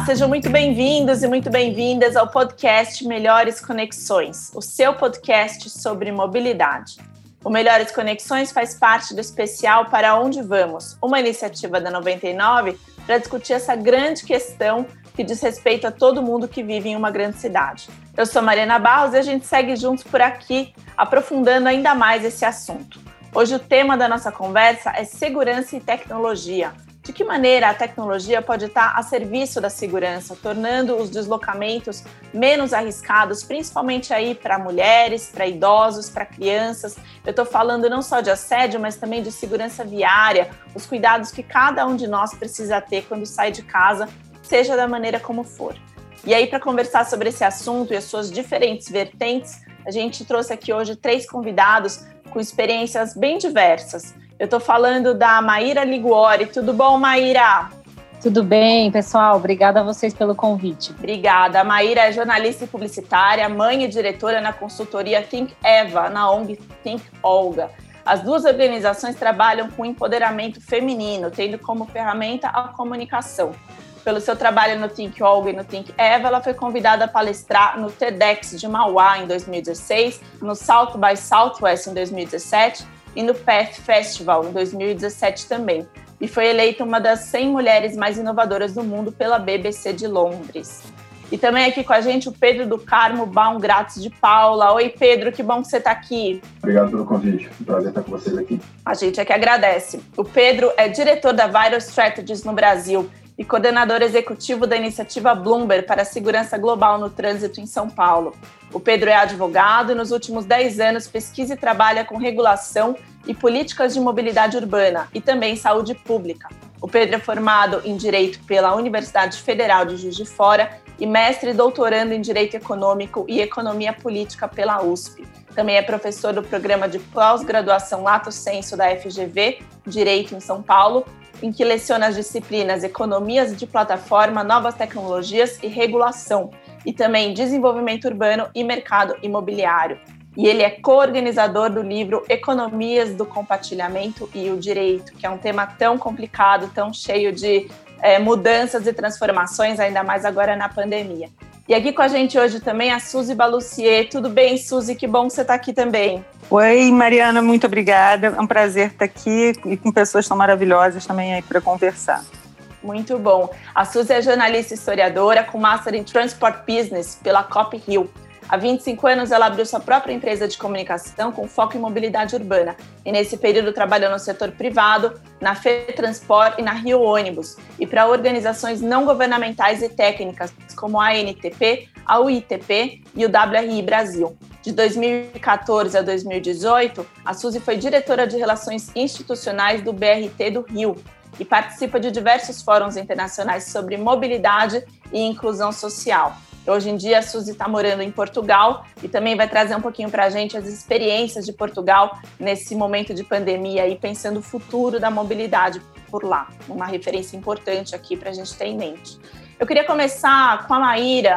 sejam muito bem-vindos e muito bem-vindas ao podcast Melhores Conexões, o seu podcast sobre mobilidade. O Melhores Conexões faz parte do especial Para Onde Vamos, uma iniciativa da 99 para discutir essa grande questão que diz respeito a todo mundo que vive em uma grande cidade. Eu sou Mariana Barros e a gente segue juntos por aqui, aprofundando ainda mais esse assunto. Hoje o tema da nossa conversa é segurança e tecnologia. De que maneira a tecnologia pode estar a serviço da segurança, tornando os deslocamentos menos arriscados, principalmente aí para mulheres, para idosos, para crianças. Eu estou falando não só de assédio, mas também de segurança viária, os cuidados que cada um de nós precisa ter quando sai de casa, seja da maneira como for. E aí, para conversar sobre esse assunto e as suas diferentes vertentes, a gente trouxe aqui hoje 3 convidados com experiências bem diversas. Eu estou falando da Maíra Liguori. Tudo bom, Maíra? Tudo bem, pessoal. Obrigada a vocês pelo convite. Obrigada. A Maíra é jornalista e publicitária, mãe e diretora na consultoria Think Eva, na ONG Think Olga. As duas organizações trabalham com empoderamento feminino, tendo como ferramenta a comunicação. Pelo seu trabalho no Think Olga e no Think Eva, ela foi convidada a palestrar no TEDx de Mauá em 2016, no South by Southwest em 2017 e no Path Festival em 2017 também. E foi eleita uma das 100 mulheres mais inovadoras do mundo pela BBC de Londres. E também aqui com a gente o Pedro do Carmo Baumgratz de Paula. Oi, Pedro, que bom que você está aqui. Obrigado pelo convite. Um prazer estar com vocês aqui. A gente é que agradece. O Pedro é diretor da Viral Strategies no Brasil e coordenador executivo da iniciativa Bloomberg para a segurança global no trânsito em São Paulo. O Pedro é advogado e nos últimos 10 anos pesquisa e trabalha com regulação e políticas de mobilidade urbana e também saúde pública. O Pedro é formado em Direito pela Universidade Federal de Juiz de Fora e mestre e doutorando em Direito Econômico e Economia Política pela USP. Também é professor do programa de pós-graduação Lato Sensu da FGV, Direito em São Paulo, em que leciona as disciplinas Economias de Plataforma, Novas Tecnologias e Regulação, e também Desenvolvimento Urbano e Mercado Imobiliário. E ele é co-organizador do livro Economias do Compartilhamento e o Direito, que é um tema tão complicado, tão cheio de mudanças e transformações, ainda mais agora na pandemia. E aqui com a gente hoje também a Suzy Balussier. Tudo bem, Suzy? Que bom que você está aqui também. Oi, Mariana, muito obrigada. É um prazer estar aqui e com pessoas tão maravilhosas também aí para conversar. Muito bom. A Suzy é jornalista e historiadora com Master em Transport Business pela Cop Hill. Há 25 anos, ela abriu sua própria empresa de comunicação com foco em mobilidade urbana. E nesse período trabalhou no setor privado, na FETransport e na Rio Ônibus, e para organizações não governamentais e técnicas, como a ANTP, a UITP e o WRI Brasil. De 2014 a 2018, a Suzy foi diretora de Relações Institucionais do BRT do Rio e participa de diversos fóruns internacionais sobre mobilidade e inclusão social. Hoje em dia, a Suzy está morando em Portugal e também vai trazer um pouquinho para a gente as experiências de Portugal nesse momento de pandemia e pensando o futuro da mobilidade por lá. Uma referência importante aqui para a gente ter em mente. Eu queria começar com a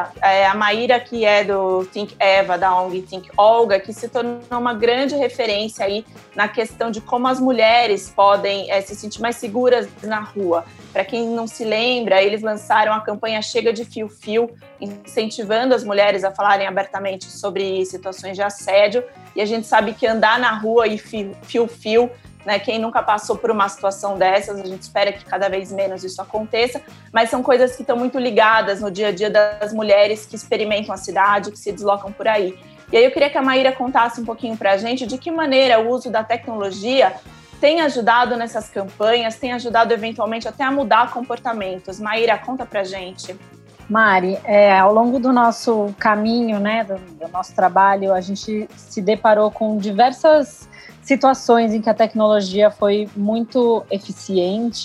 Maíra que é do Think Eva, da ONG Think Olga, que se tornou uma grande referência aí na questão de como as mulheres podem se sentir mais seguras na rua. Para quem não se lembra, eles lançaram a campanha Chega de Fio-Fio, incentivando as mulheres a falarem abertamente sobre situações de assédio, e a gente sabe que andar na rua e fio-fio, né, quem nunca passou por uma situação dessas, a gente espera que cada vez menos isso aconteça, mas são coisas que estão muito ligadas no dia a dia das mulheres que experimentam a cidade, que se deslocam por aí. E aí eu queria que a Maíra contasse um pouquinho para a gente de que maneira o uso da tecnologia tem ajudado nessas campanhas, tem ajudado eventualmente até a mudar comportamentos. Maíra, conta para a gente. Mari, ao longo do nosso caminho, né, do nosso trabalho, a gente se deparou com diversas situações em que a tecnologia foi muito eficiente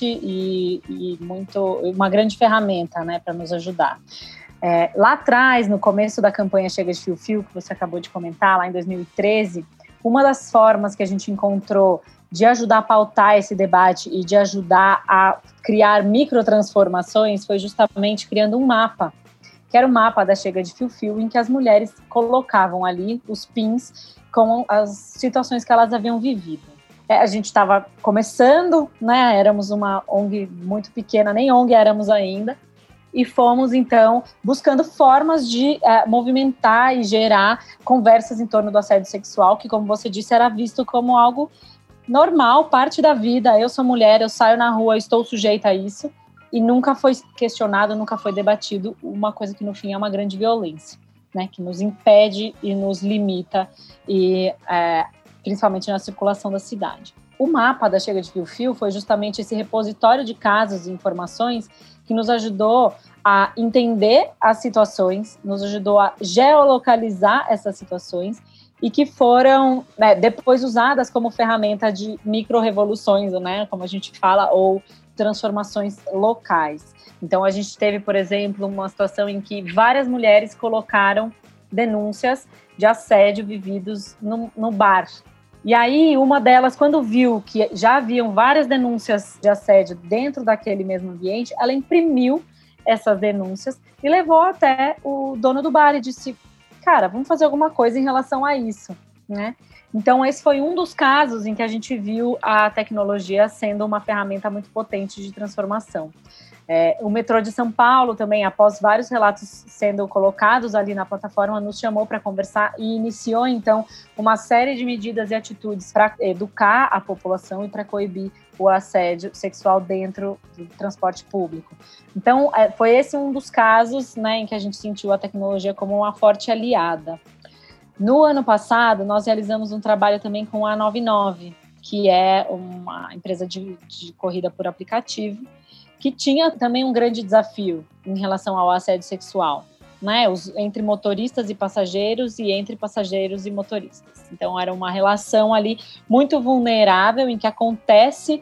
e uma grande ferramenta, né, para nos ajudar. Lá atrás, no começo da campanha Chega de Fio-Fio, que você acabou de comentar, lá em 2013, uma das formas que a gente encontrou de ajudar a pautar esse debate e de ajudar a criar microtransformações foi justamente criando um mapa, que era o mapa da Chega de Fio-Fio, em que as mulheres colocavam ali os pins com as situações que elas haviam vivido. A gente estava começando, né? Éramos uma ONG muito pequena, nem ONG éramos ainda, e fomos, então, buscando formas de movimentar e gerar conversas em torno do assédio sexual, que, como você disse, era visto como algo normal, parte da vida. Eu sou mulher, eu saio na rua, estou sujeita a isso, e nunca foi questionado, nunca foi debatido uma coisa que, no fim, é uma grande violência, né, que nos impede e nos limita, e principalmente na circulação da cidade. O mapa da Chega de Fio-Fio foi justamente esse repositório de casos e informações que nos ajudou a entender as situações, nos ajudou a geolocalizar essas situações e que foram, né, depois usadas como ferramenta de micro-revoluções, né, como a gente fala, ou transformações locais. Então, a gente teve, por exemplo, uma situação em que várias mulheres colocaram denúncias de assédio vividos no bar. E aí, uma delas, quando viu que já haviam várias denúncias de assédio dentro daquele mesmo ambiente, ela imprimiu essas denúncias e levou até o dono do bar e disse, cara, vamos fazer alguma coisa em relação a isso, né? Então, esse foi um dos casos em que a gente viu a tecnologia sendo uma ferramenta muito potente de transformação. O metrô de São Paulo também, após vários relatos sendo colocados ali na plataforma, nos chamou para conversar e iniciou, então, uma série de medidas e atitudes para educar a população e para coibir o assédio sexual dentro do transporte público. Então, foi esse um dos casos, né, em que a gente sentiu a tecnologia como uma forte aliada. No ano passado, nós realizamos um trabalho também com a 99, que é uma empresa de corrida por aplicativo, que tinha também um grande desafio em relação ao assédio sexual, né? Entre motoristas e passageiros e entre passageiros e motoristas. Então, era uma relação ali muito vulnerável em que acontece,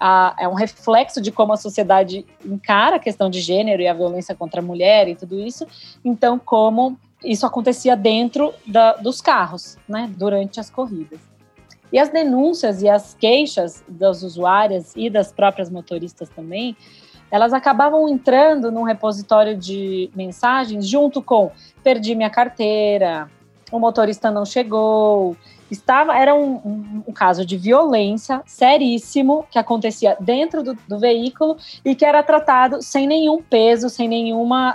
é um reflexo de como a sociedade encara a questão de gênero e a violência contra a mulher e tudo isso. Então, como isso acontecia dentro dos carros, né? Durante as corridas. E as denúncias e as queixas das usuárias e das próprias motoristas também, elas acabavam entrando num repositório de mensagens junto com perdi minha carteira, o motorista não chegou. Era um caso de violência seríssimo que acontecia dentro do veículo e que era tratado sem nenhum peso, sem nenhuma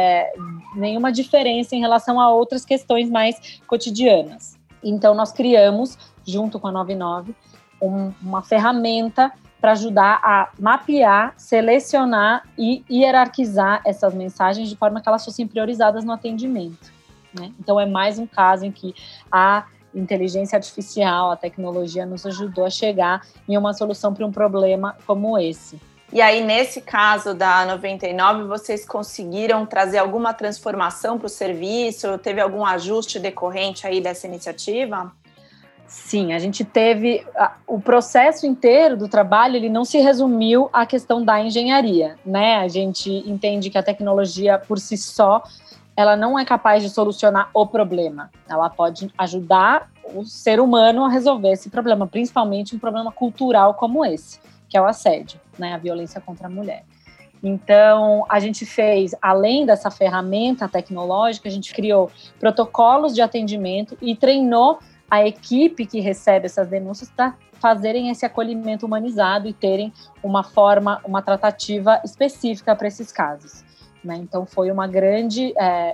diferença em relação a outras questões mais cotidianas. Então, nós criamos, junto com a 99, uma ferramenta para ajudar a mapear, selecionar e hierarquizar essas mensagens de forma que elas fossem priorizadas no atendimento, né? Então, é mais um caso em que a inteligência artificial, a tecnologia nos ajudou a chegar em uma solução para um problema como esse. E aí, nesse caso da 99, vocês conseguiram trazer alguma transformação para o serviço? Teve algum ajuste decorrente aí dessa iniciativa? Sim, a gente teve o processo inteiro do trabalho, ele não se resumiu à questão da engenharia, né? A gente entende que a tecnologia por si só, ela não é capaz de solucionar o problema. Ela pode ajudar o ser humano a resolver esse problema, principalmente um problema cultural como esse, que é o assédio, né? A violência contra a mulher. Então, a gente fez, além dessa ferramenta tecnológica, a gente criou protocolos de atendimento e treinou a equipe que recebe essas denúncias para fazerem esse acolhimento humanizado e terem uma tratativa específica para esses casos, né? Então, foi uma grande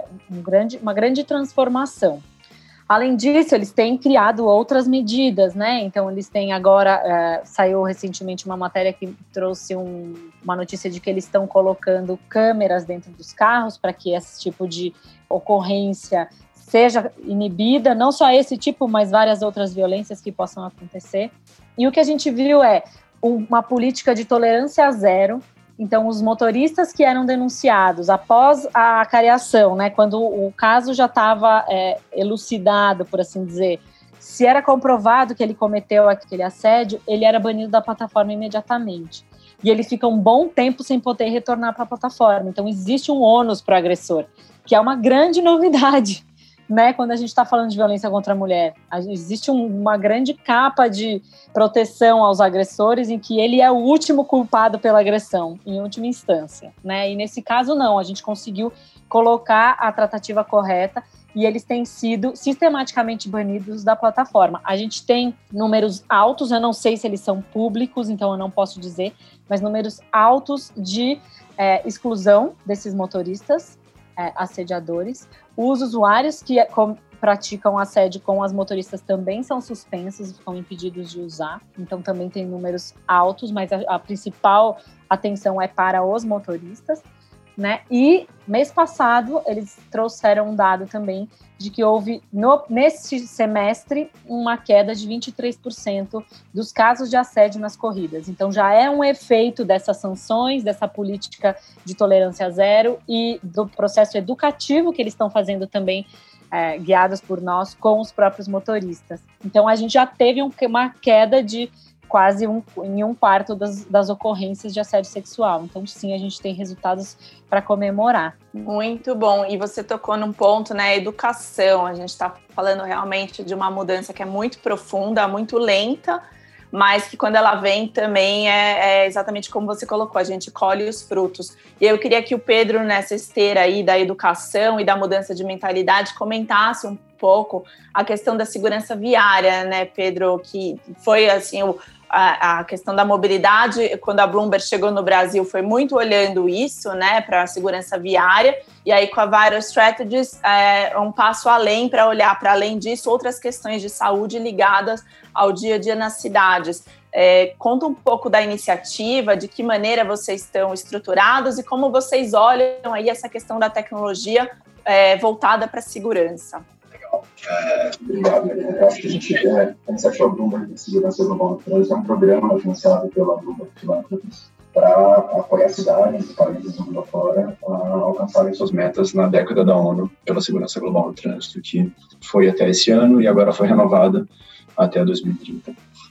transformação. Além disso, eles têm criado outras medidas, né? Então, eles têm agora, saiu recentemente uma matéria que trouxe uma notícia de que eles estão colocando câmeras dentro dos carros para que esse tipo de ocorrência seja inibida, não só esse tipo, mas várias outras violências que possam acontecer. E o que a gente viu é uma política de tolerância zero. Então, os motoristas que eram denunciados após a acariação, né, quando o caso já estava elucidado, por assim dizer, se era comprovado que ele cometeu aquele assédio, ele era banido da plataforma imediatamente. E ele fica um bom tempo sem poder retornar para a plataforma. Então, existe um ônus para o agressor, que é uma grande novidade, né, quando a gente está falando de violência contra a mulher. Existe uma grande capa de proteção aos agressores em que ele é o último culpado pela agressão, em última instância, né? E nesse caso não, a gente conseguiu colocar a tratativa correta e eles têm sido sistematicamente banidos da plataforma. A gente tem números altos, eu não sei se eles são públicos, então eu não posso dizer, mas números altos de exclusão desses motoristas assediadores. Os usuários que praticam assédio com as motoristas também são suspensos, ficam impedidos de usar, então também tem números altos, mas a principal atenção é para os motoristas, né? E mês passado eles trouxeram um dado também de que houve neste semestre uma queda de 23% dos casos de assédio nas corridas. Então já é um efeito dessas sanções, dessa política de tolerância zero e do processo educativo que eles estão fazendo também, guiados por nós, com os próprios motoristas. Então a gente já teve uma queda de quase em um quarto das ocorrências de assédio sexual. Então, sim, a gente tem resultados para comemorar. Muito bom. E você tocou num ponto, né? Educação. A gente está falando realmente de uma mudança que é muito profunda, muito lenta, mas que quando ela vem também é exatamente como você colocou, a gente colhe os frutos. E eu queria que o Pedro, nessa esteira aí da educação e da mudança de mentalidade, comentasse um pouco a questão da segurança viária, né, Pedro, que foi assim a questão da mobilidade, quando a Bloomberg chegou no Brasil, foi muito olhando isso, né, para a segurança viária, e aí com a Vital Strategies, um passo além para olhar, para além disso, outras questões de saúde ligadas ao dia a dia nas cidades. Conta um pouco da iniciativa, de que maneira vocês estão estruturados e como vocês olham aí essa questão da tecnologia voltada para a segurança. Obrigado. Eu acho que a gente achou a Bloomberg de Segurança Global no Trânsito, é um programa financiado pela Bloomberg Philanthropies para apoiar cidades e países do mundo afora a alcançarem suas metas na década da ONU pela Segurança Global no Trânsito, que foi até esse ano e agora foi renovada até 2030.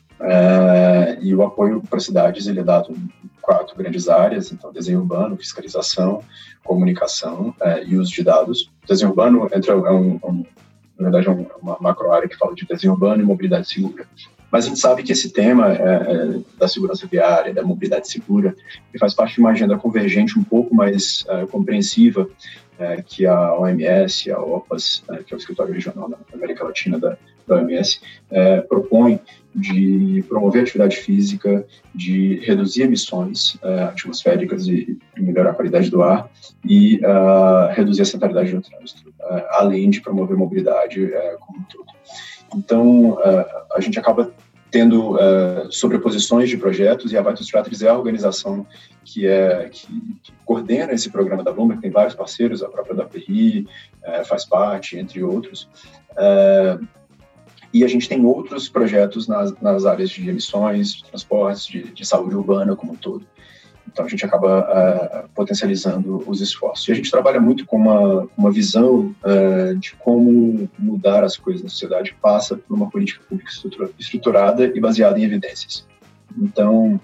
E o apoio para cidades ele é dado em 4 grandes áreas, então desenho urbano, fiscalização, comunicação e uso de dados. Desenho urbano na verdade, é uma macro-área que fala de desenho urbano e mobilidade segura. Mas a gente sabe que esse tema da segurança viária, da mobilidade segura, ele faz parte de uma agenda convergente um pouco mais compreensiva que a OMS, a OPAS, que é o escritório regional da América Latina da OMS, propõe de promover a atividade física, de reduzir emissões atmosféricas e melhorar a qualidade do ar e reduzir a sedentaridade no trânsito, além de promover mobilidade como um todo. Então, a gente acaba tendo sobreposições de projetos e a Vital Strategies é a organização que coordena esse programa da Bloomberg, tem vários parceiros, a própria da PRI faz parte, entre outros. E a gente tem outros projetos nas áreas de emissões, de transportes, de saúde urbana como um todo. Então, a gente acaba potencializando os esforços. E a gente trabalha muito com uma visão de como mudar as coisas na sociedade passa por uma política pública estruturada e baseada em evidências. Então,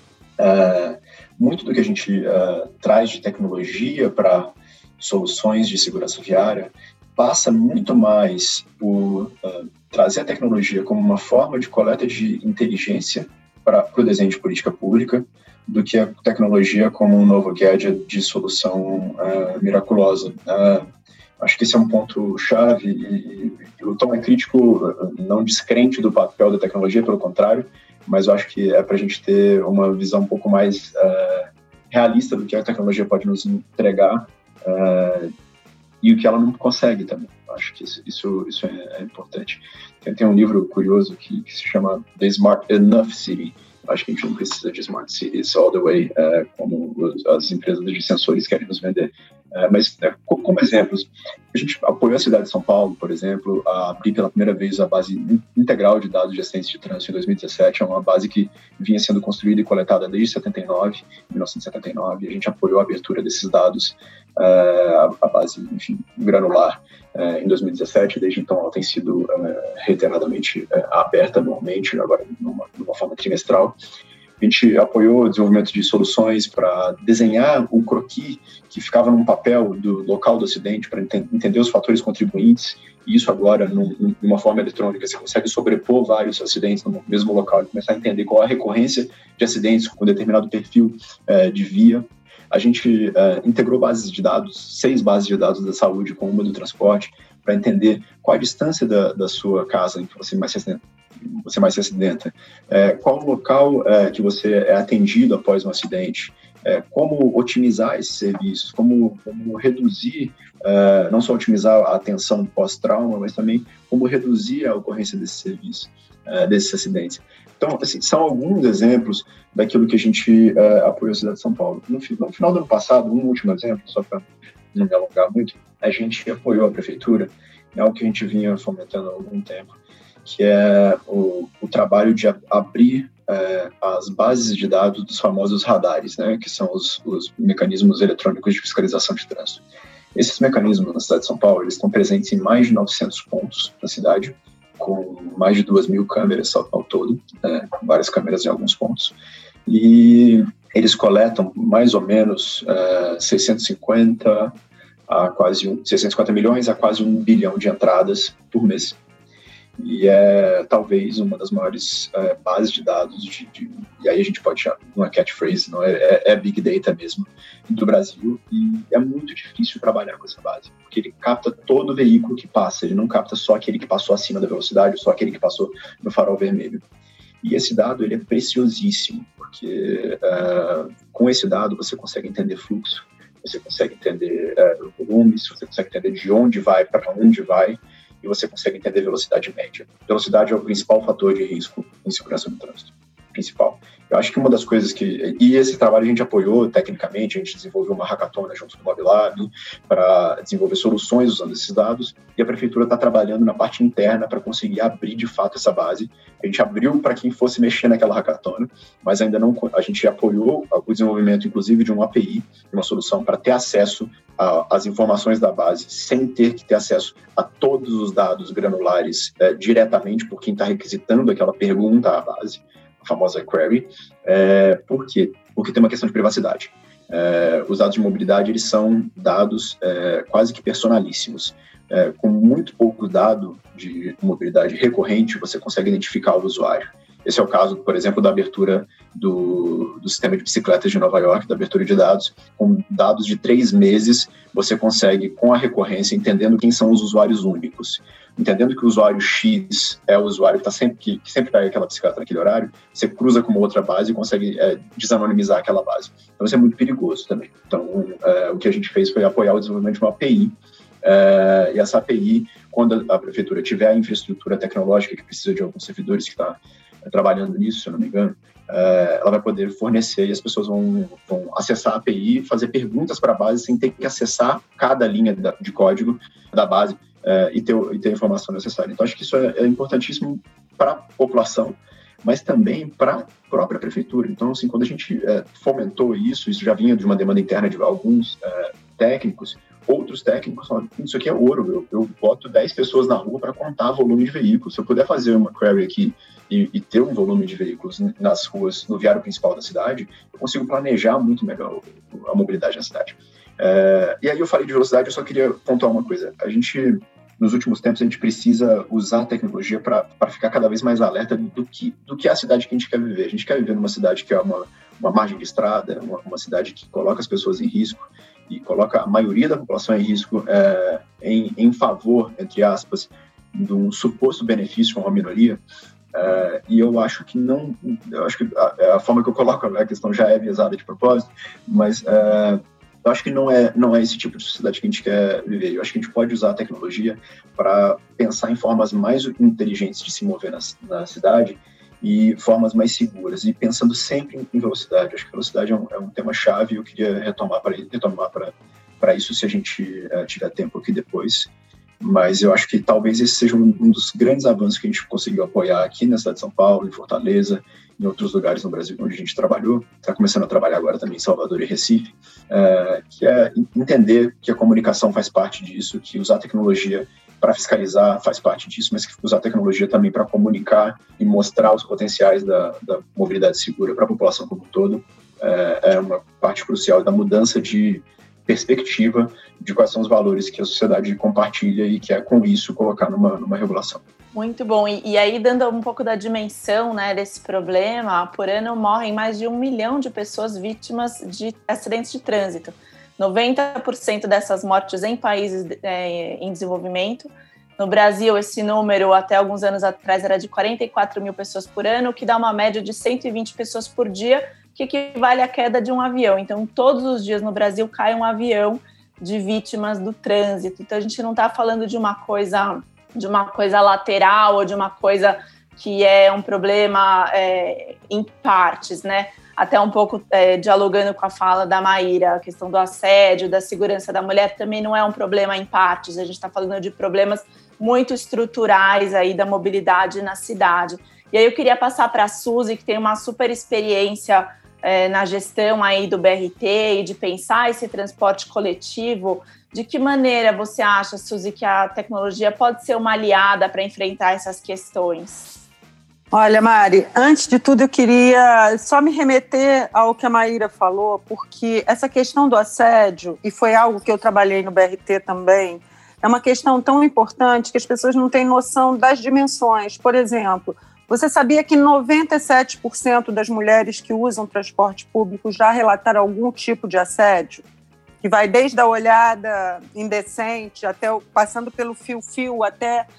muito do que a gente traz de tecnologia para soluções de segurança viária passa muito mais por trazer a tecnologia como uma forma de coleta de inteligência para o desenho de política pública do que a tecnologia como um novo gadget de solução miraculosa. Acho que esse é um ponto-chave e o Tom é crítico, não descrente do papel da tecnologia, pelo contrário, mas eu acho que é para a gente ter uma visão um pouco mais realista do que a tecnologia pode nos entregar e o que ela não consegue também. Acho que isso é importante. Tem um livro curioso que se chama The Smart Enough City. Acho que a gente não precisa de Smart Cities all the way, como as empresas de sensores querem nos vender. Mas, como exemplos, a gente apoiou a cidade de São Paulo, por exemplo, a abrir pela primeira vez a base integral de dados de acidentes de trânsito em 2017. É uma base que vinha sendo construída e coletada desde 1979. E a gente apoiou a abertura desses dados, a base, enfim, granular, em 2017. Desde então, ela tem sido reiteradamente aberta anualmente, agora numa forma trimestral. A gente apoiou o desenvolvimento de soluções para desenhar o croquis que ficava num papel do local do acidente para entender os fatores contribuintes, e isso agora, numa forma eletrônica, você consegue sobrepor vários acidentes no mesmo local e começar a entender qual a recorrência de acidentes com determinado perfil de via. A gente integrou bases de dados, 6 bases de dados da saúde com uma do transporte, para entender qual a distância da sua casa em que você mais se acidenta, qual o local que você é atendido após um acidente, como otimizar esses serviços, como reduzir, não só otimizar a atenção pós-trauma, mas também como reduzir a ocorrência desses serviços, desses acidentes. Então, assim, são alguns exemplos daquilo que a gente apoiou a cidade de São Paulo. No final do ano passado, um último exemplo, só para não me alongar muito, a gente apoiou a prefeitura, é algo que a gente vinha fomentando há algum tempo, que é o trabalho de abrir as bases de dados dos famosos radares, né, que são os mecanismos eletrônicos de fiscalização de trânsito. Esses mecanismos na cidade de São Paulo, eles estão presentes em mais de 900 pontos na cidade, com mais de 2.000 câmeras ao todo, várias câmeras em alguns pontos, e eles coletam mais ou menos 650 milhões a quase 1 bilhão de entradas por mês. E é talvez uma das maiores bases de dados, e aí a gente pode chamar, não é catchphrase, não é Big Data mesmo, do Brasil, e é muito difícil trabalhar com essa base, porque ele capta todo o veículo que passa, ele não capta só aquele que passou acima da velocidade, só aquele que passou no farol vermelho. E esse dado, ele é preciosíssimo, porque com esse dado você consegue entender fluxo, você consegue entender volumes, você consegue entender de onde vai para onde vai, e você consegue entender velocidade média. Velocidade é o principal fator de risco em segurança do trânsito. Principal. Eu acho que uma das coisas e esse trabalho a gente apoiou tecnicamente, a gente desenvolveu uma hackathon junto do Mobilab para desenvolver soluções usando esses dados, e a prefeitura está trabalhando na parte interna para conseguir abrir de fato essa base. A gente abriu para quem fosse mexer naquela hackathon, mas ainda não, a gente apoiou o desenvolvimento, inclusive, de uma API, de uma solução para ter acesso às informações da base, sem ter que ter acesso a todos os dados granulares diretamente por quem está requisitando aquela pergunta à base, a famosa query. Por quê? Porque tem uma questão de privacidade. Os dados de mobilidade, eles são dados quase que personalíssimos. Com muito pouco dado de mobilidade recorrente, você consegue identificar o usuário. Esse é o caso, por exemplo, da abertura do sistema de bicicletas de Nova York, da abertura de dados. Com dados de 3 meses, você consegue, com a recorrência, entendendo quem são os usuários únicos. Entendendo que o usuário X é o usuário que sempre pega aquela bicicleta naquele horário, você cruza com uma outra base e consegue desanonimizar aquela base. Então, isso é muito perigoso também. Então, o que a gente fez foi apoiar o desenvolvimento de uma API, e essa API, quando a prefeitura tiver a infraestrutura tecnológica que precisa de alguns servidores que está trabalhando nisso, se eu não me engano, ela vai poder fornecer e as pessoas vão acessar a API e fazer perguntas para a base sem ter que acessar cada linha de código da base e ter a informação necessária. Então, acho que isso é importantíssimo para a população, mas também para a própria prefeitura. Então, assim, quando a gente fomentou isso já vinha de uma demanda interna de alguns técnicos. Outros técnicos falam, isso aqui é ouro, eu boto 10 pessoas na rua para contar volume de veículos. Se eu puder fazer uma query aqui e ter um volume de veículos nas ruas, no viário principal da cidade, eu consigo planejar muito melhor a mobilidade na cidade. E aí eu falei de velocidade, eu só queria pontuar uma coisa. Nos últimos tempos, a gente precisa usar a tecnologia para ficar cada vez mais alerta do que é a cidade que a gente quer viver. A gente quer viver numa cidade que é uma margem de estrada, uma cidade que coloca as pessoas em risco, e coloca a maioria da população em risco em favor, entre aspas, de um suposto benefício a uma minoria. E eu acho que a forma que eu coloco a questão já é viesada de propósito, mas eu acho que não é esse tipo de sociedade que a gente quer viver. Eu acho que a gente pode usar a tecnologia para pensar em formas mais inteligentes de se mover na cidade e formas mais seguras, e pensando sempre em velocidade. Acho que velocidade é um tema-chave e eu queria retomar para isso, se a gente tiver tempo aqui depois. Mas eu acho que talvez esse seja um dos grandes avanços que a gente conseguiu apoiar aqui na cidade de São Paulo, em Fortaleza, em outros lugares no Brasil onde a gente trabalhou. Está começando a trabalhar agora também em Salvador e Recife, que é entender que a comunicação faz parte disso, que usar tecnologia para fiscalizar faz parte disso, mas que usar tecnologia também para comunicar e mostrar os potenciais da mobilidade segura para a população como um todo é uma parte crucial da mudança de perspectiva de quais são os valores que a sociedade compartilha e quer, com isso, colocar numa regulação. Muito bom. E aí, dando um pouco da dimensão, né, desse problema, por ano morrem mais de 1 milhão de pessoas vítimas de acidentes de trânsito. 90% dessas mortes em países em desenvolvimento. No Brasil, esse número, até alguns anos atrás, era de 44 mil pessoas por ano, o que dá uma média de 120 pessoas por dia, que equivale à queda de um avião. Então, todos os dias no Brasil cai um avião de vítimas do trânsito. Então, a gente não está falando de uma coisa lateral ou de uma coisa que é um problema em partes, né? Até um pouco dialogando com a fala da Maíra, a questão do assédio, da segurança da mulher também não é um problema em partes, a gente está falando de problemas muito estruturais aí da mobilidade na cidade. E aí eu queria passar para a Suzy, que tem uma super experiência na gestão aí do BRT e de pensar esse transporte coletivo. De que maneira você acha, Suzy, que a tecnologia pode ser uma aliada para enfrentar essas questões? Olha, Mari, antes de tudo eu queria só me remeter ao que a Maíra falou, porque essa questão do assédio, e foi algo que eu trabalhei no BRT também, é uma questão tão importante que as pessoas não têm noção das dimensões. Por exemplo, você sabia que 97% das mulheres que usam transporte público já relataram algum tipo de assédio? Que vai desde a olhada indecente, até passando pelo fio-fio, até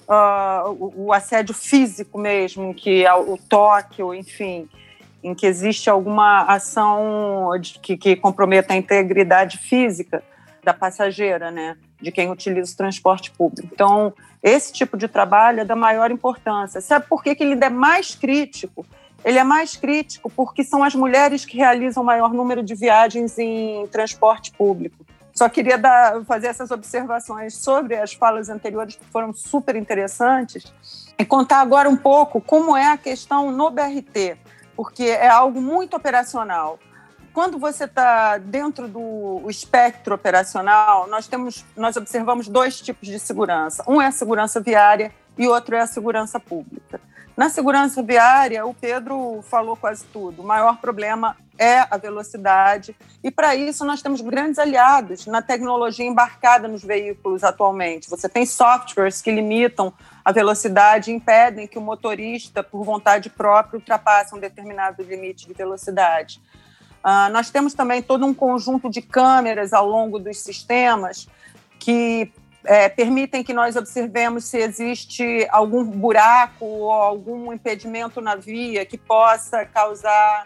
o assédio físico mesmo, que é o toque, ou enfim, em que existe alguma ação que comprometa a integridade física da passageira, né, de quem utiliza o transporte público. Então, esse tipo de trabalho é da maior importância. Sabe por que ele ainda é mais crítico? Ele é mais crítico porque são as mulheres que realizam o maior número de viagens em transporte público. Só queria fazer essas observações sobre as falas anteriores, que foram super interessantes, e contar agora um pouco como é a questão no BRT, porque é algo muito operacional. Quando você está dentro do espectro operacional, nós observamos dois tipos de segurança. Um é a segurança viária e outro é a segurança pública. Na segurança viária, o Pedro falou quase tudo. O maior problema é a velocidade e, para isso, nós temos grandes aliados na tecnologia embarcada nos veículos atualmente. Você tem softwares que limitam a velocidade e impedem que o motorista, por vontade própria, ultrapasse um determinado limite de velocidade. Nós temos também todo um conjunto de câmeras ao longo dos sistemas que permitem que nós observemos se existe algum buraco ou algum impedimento na via que possa causar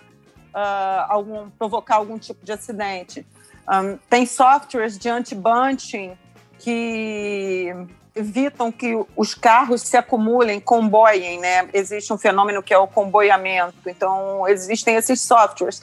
provocar algum tipo de acidente. Tem softwares de anti-bunching que evitam que os carros se acumulem, comboiem, né? Existe um fenômeno que é o comboiamento. Então, existem esses softwares.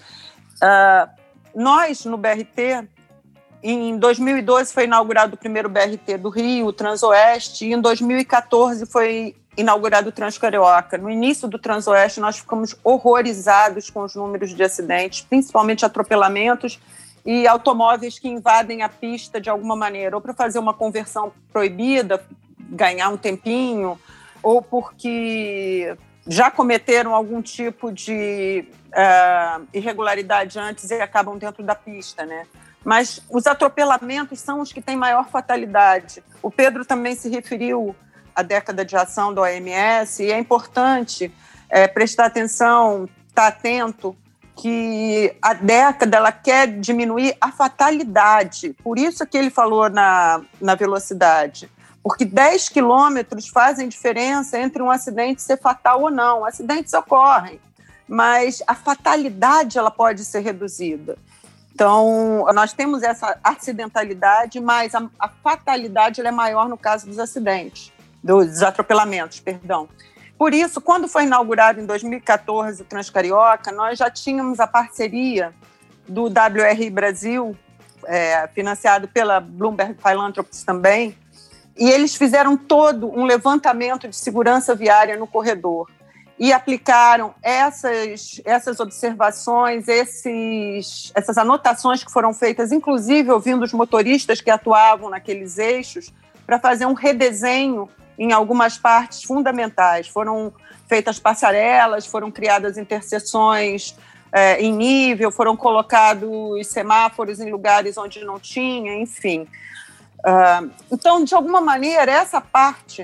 Nós, no BRT, em 2012 foi inaugurado o primeiro BRT do Rio, o Transoeste, e em 2014 foi inaugurado o Transcarioca. No início do Transoeste, nós ficamos horrorizados com os números de acidentes, principalmente atropelamentos e automóveis que invadem a pista de alguma maneira, ou para fazer uma conversão proibida, ganhar um tempinho, ou porque já cometeram algum tipo de irregularidade antes e acabam dentro da pista, né? Mas os atropelamentos são os que têm maior fatalidade. O Pedro também se referiu à década de ação da OMS, e é importante prestar atenção, estar atento, que a década ela quer diminuir a fatalidade. Por isso que ele falou na velocidade. Porque 10 quilômetros fazem diferença entre um acidente ser fatal ou não. Acidentes ocorrem, mas a fatalidade ela pode ser reduzida. Então, nós temos essa acidentalidade, mas a fatalidade ela é maior no caso dos acidentes, dos atropelamentos, perdão. Por isso, quando foi inaugurado em 2014 o Transcarioca, nós já tínhamos a parceria do WRI Brasil, financiado pela Bloomberg Philanthropies também, e eles fizeram todo um levantamento de segurança viária no corredor e aplicaram essas observações, essas anotações que foram feitas, inclusive ouvindo os motoristas que atuavam naqueles eixos, para fazer um redesenho em algumas partes fundamentais. Foram feitas passarelas, foram criadas interseções em nível, foram colocados semáforos em lugares onde não tinha, enfim. Então, de alguma maneira, essa parte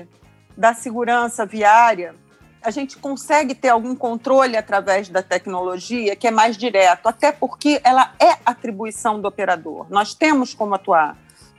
da segurança viária, a gente consegue ter algum controle através da tecnologia que é mais direto, até porque ela é atribuição do operador. Nós temos como atuar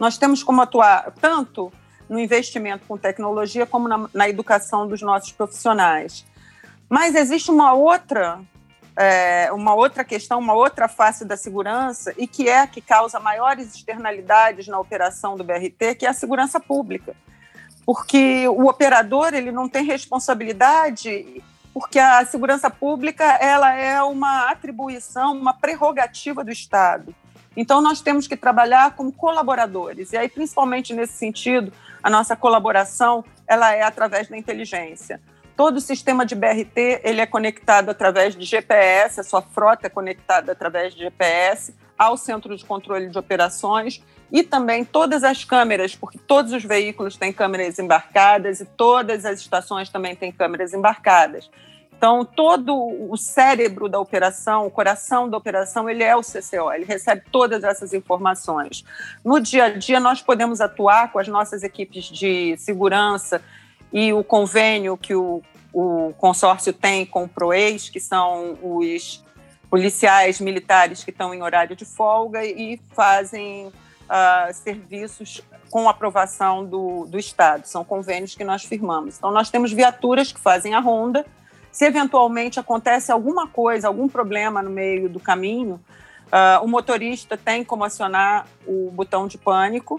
tanto no investimento com tecnologia como na educação dos nossos profissionais. Mas existe uma outra questão, uma outra face da segurança e que é a que causa maiores externalidades na operação do BRT, que é a segurança pública. Porque o operador ele não tem responsabilidade, porque a segurança pública ela é uma atribuição, uma prerrogativa do Estado. Então, nós temos que trabalhar como colaboradores. E aí, principalmente nesse sentido, a nossa colaboração ela é através da inteligência. Todo o sistema de BRT ele é conectado através de GPS, a sua frota é conectada através de GPS ao centro de controle de operações e também todas as câmeras, porque todos os veículos têm câmeras embarcadas e todas as estações também têm câmeras embarcadas. Então, todo o cérebro da operação, o coração da operação, ele é o CCO, ele recebe todas essas informações. No dia a dia, nós podemos atuar com as nossas equipes de segurança e o convênio que o consórcio tem com o PROEIS, que são os policiais militares que estão em horário de folga e fazem serviços com aprovação do Estado. São convênios que nós firmamos. Então, nós temos viaturas que fazem a ronda. Se eventualmente acontece alguma coisa, algum problema no meio do caminho, o motorista tem como acionar o botão de pânico.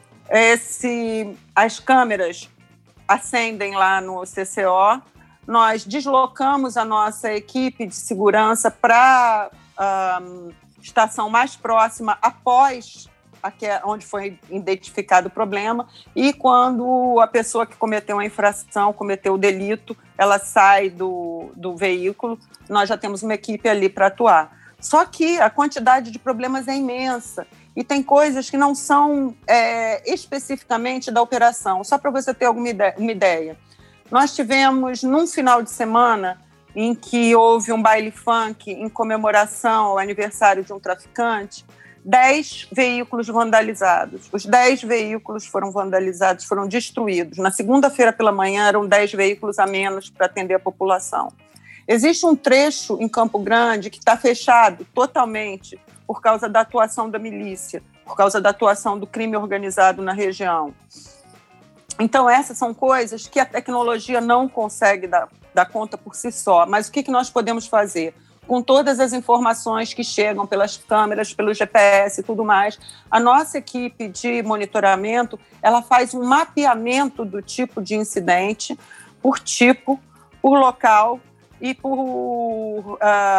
As câmeras acendem lá no CCO, nós deslocamos a nossa equipe de segurança para a estação mais próxima após onde foi identificado o problema, e quando a pessoa que cometeu a infração, cometeu o delito, ela sai do veículo, nós já temos uma equipe ali para atuar. Só que a quantidade de problemas é imensa, e tem coisas que não são especificamente da operação. Só para você ter alguma ideia. Nós tivemos, num final de semana, em que houve um baile funk em comemoração ao aniversário de um traficante, 10 veículos vandalizados. Os 10 veículos foram vandalizados, foram destruídos. Na segunda-feira pela manhã, eram 10 veículos a menos para atender a população. Existe um trecho em Campo Grande que está fechado totalmente por causa da atuação da milícia, por causa da atuação do crime organizado na região. Então, essas são coisas que a tecnologia não consegue dar conta por si só. Mas o que nós podemos fazer? Com todas as informações que chegam pelas câmeras, pelo GPS e tudo mais, a nossa equipe de monitoramento, ela faz um mapeamento do tipo de incidente, por tipo, por local e por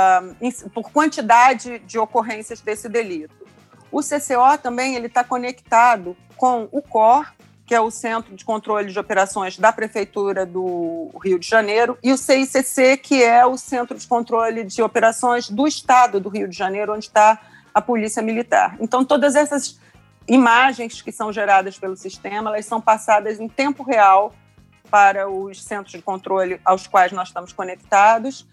quantidade de ocorrências desse delito. O CCO também está conectado com o COR, que é o Centro de Controle de Operações da Prefeitura do Rio de Janeiro, e o CICC, que é o Centro de Controle de Operações do Estado do Rio de Janeiro, onde está a Polícia Militar. Então, todas essas imagens que são geradas pelo sistema, elas são passadas em tempo real para os centros de controle aos quais nós estamos conectados,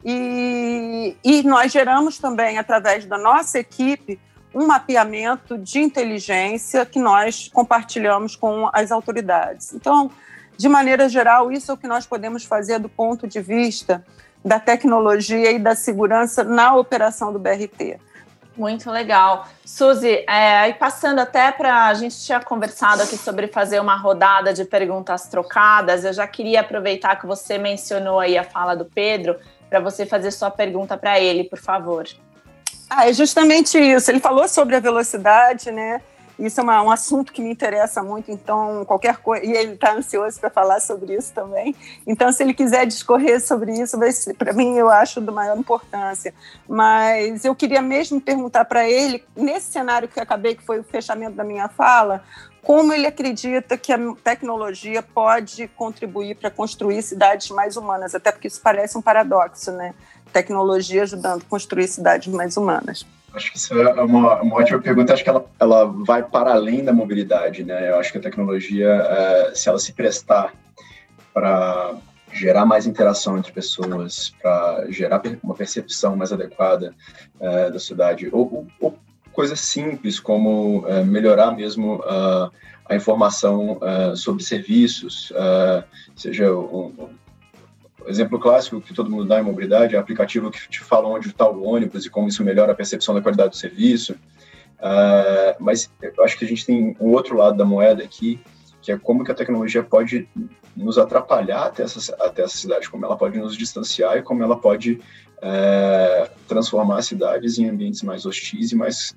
e nós geramos também, através da nossa equipe, um mapeamento de inteligência que nós compartilhamos com as autoridades. Então, de maneira geral, isso é o que nós podemos fazer do ponto de vista da tecnologia e da segurança na operação do BRT. Muito legal. Suzy, e passando até para... A gente tinha conversado aqui sobre fazer uma rodada de perguntas trocadas. Eu já queria aproveitar que você mencionou aí a fala do Pedro para você fazer sua pergunta para ele, por favor. É justamente isso. Ele falou sobre a velocidade, né? Isso é um assunto que me interessa muito, então qualquer coisa... E ele está ansioso para falar sobre isso também. Então, se ele quiser discorrer sobre isso, para mim, eu acho de maior importância. Mas eu queria mesmo perguntar para ele, nesse cenário que eu acabei, que foi o fechamento da minha fala, como ele acredita que a tecnologia pode contribuir para construir cidades mais humanas, até porque isso parece um paradoxo, né? Tecnologia ajudando a construir cidades mais humanas. Acho que isso é uma ótima pergunta. Acho que ela vai para além da mobilidade, né? Eu acho que a tecnologia, se ela se prestar para gerar mais interação entre pessoas, para gerar uma percepção mais adequada da cidade, ou coisas simples, como melhorar mesmo a informação sobre serviços, seja um exemplo clássico que todo mundo dá em mobilidade, é o aplicativo que te fala onde está o ônibus e como isso melhora a percepção da qualidade do serviço. Mas eu acho que a gente tem um outro lado da moeda aqui, que é como que a tecnologia pode nos atrapalhar até essa cidade, como ela pode nos distanciar e como ela pode transformar cidades em ambientes mais hostis e mais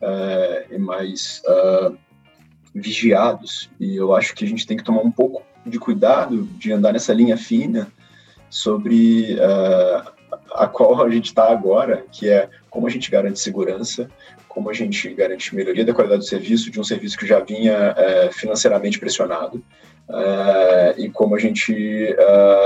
vigiados. E eu acho que a gente tem que tomar um pouco de cuidado de andar nessa linha fina sobre a qual a gente está agora, que é como a gente garante segurança, como a gente garante melhoria da qualidade do serviço, de um serviço que já vinha financeiramente pressionado, e como a gente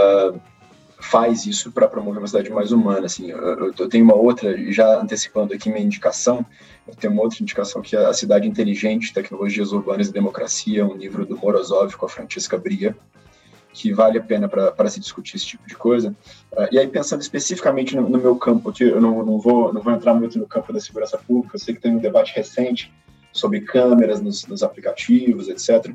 faz isso para promover uma cidade mais humana. Assim, eu tenho uma outra, já antecipando aqui minha indicação, eu tenho uma outra indicação que é A Cidade Inteligente, Tecnologias Urbanas e Democracia, um livro do Morozov com a Francesca Bria, que vale a pena para se discutir esse tipo de coisa. E aí, pensando especificamente no meu campo, aqui, eu não vou entrar muito no campo da segurança pública, eu sei que tem um debate recente sobre câmeras nos aplicativos, etc.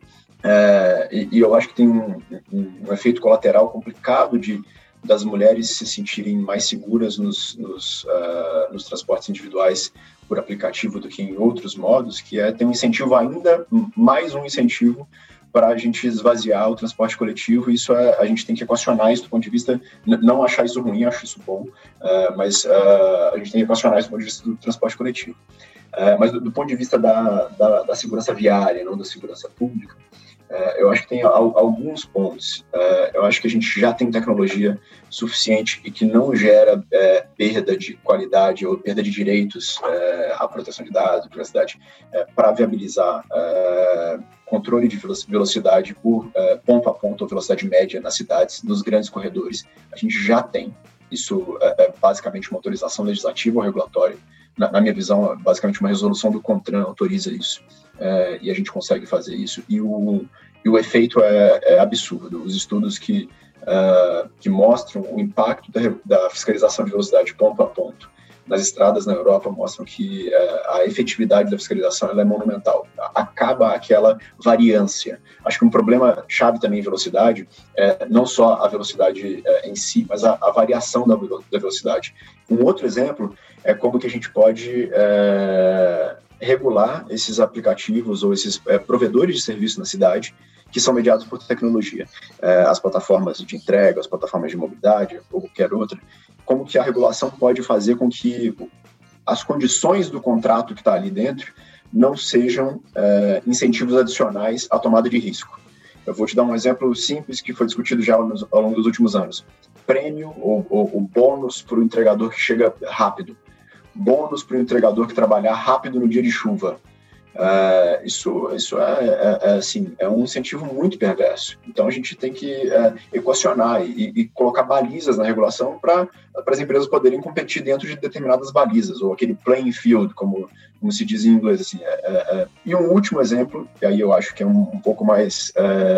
E eu acho que tem um efeito colateral complicado das mulheres se sentirem mais seguras nos transportes individuais por aplicativo do que em outros modos, que tem um incentivo ainda, mais um incentivo para a gente esvaziar o transporte coletivo. Isso a gente tem que equacionar isso do ponto de vista, não achar isso ruim, acho isso bom, mas a gente tem que equacionar isso do ponto de vista do transporte coletivo. Mas do ponto de vista da segurança viária, não da segurança pública, eu acho que tem alguns pontos. Eu acho que a gente já tem tecnologia suficiente e que não gera perda de qualidade ou perda de direitos à proteção de dados, privacidade, para viabilizar controle de velocidade por ponto a ponto ou velocidade média nas cidades, nos grandes corredores. A gente já tem. Isso é basicamente uma autorização legislativa ou regulatória. Na minha visão, basicamente uma resolução do CONTRAN autoriza isso. E a gente consegue fazer isso. E o efeito é absurdo. Os estudos que mostram o impacto da fiscalização de velocidade ponto a ponto nas estradas na Europa mostram que a efetividade da fiscalização ela é monumental. Acaba aquela variância. Acho que um problema chave também em velocidade é não só a velocidade em si, mas a variação da velocidade. Um outro exemplo é como que a gente pode regular esses aplicativos ou esses provedores de serviço na cidade que são mediados por tecnologia. As plataformas de entrega, as plataformas de mobilidade ou qualquer outra, como que a regulação pode fazer com que as condições do contrato que está ali dentro não sejam incentivos adicionais à tomada de risco. Eu vou te dar um exemplo simples que foi discutido já ao longo dos últimos anos. Prêmio ou bônus para o entregador que chega rápido. Bônus para o entregador que trabalhar rápido no dia de chuva. Isso é um incentivo muito perverso. Então a gente tem que equacionar e colocar balizas na regulação para as empresas poderem competir dentro de determinadas balizas, ou aquele playing field, como se diz em inglês. Assim, E um último exemplo, e aí eu acho que é um pouco mais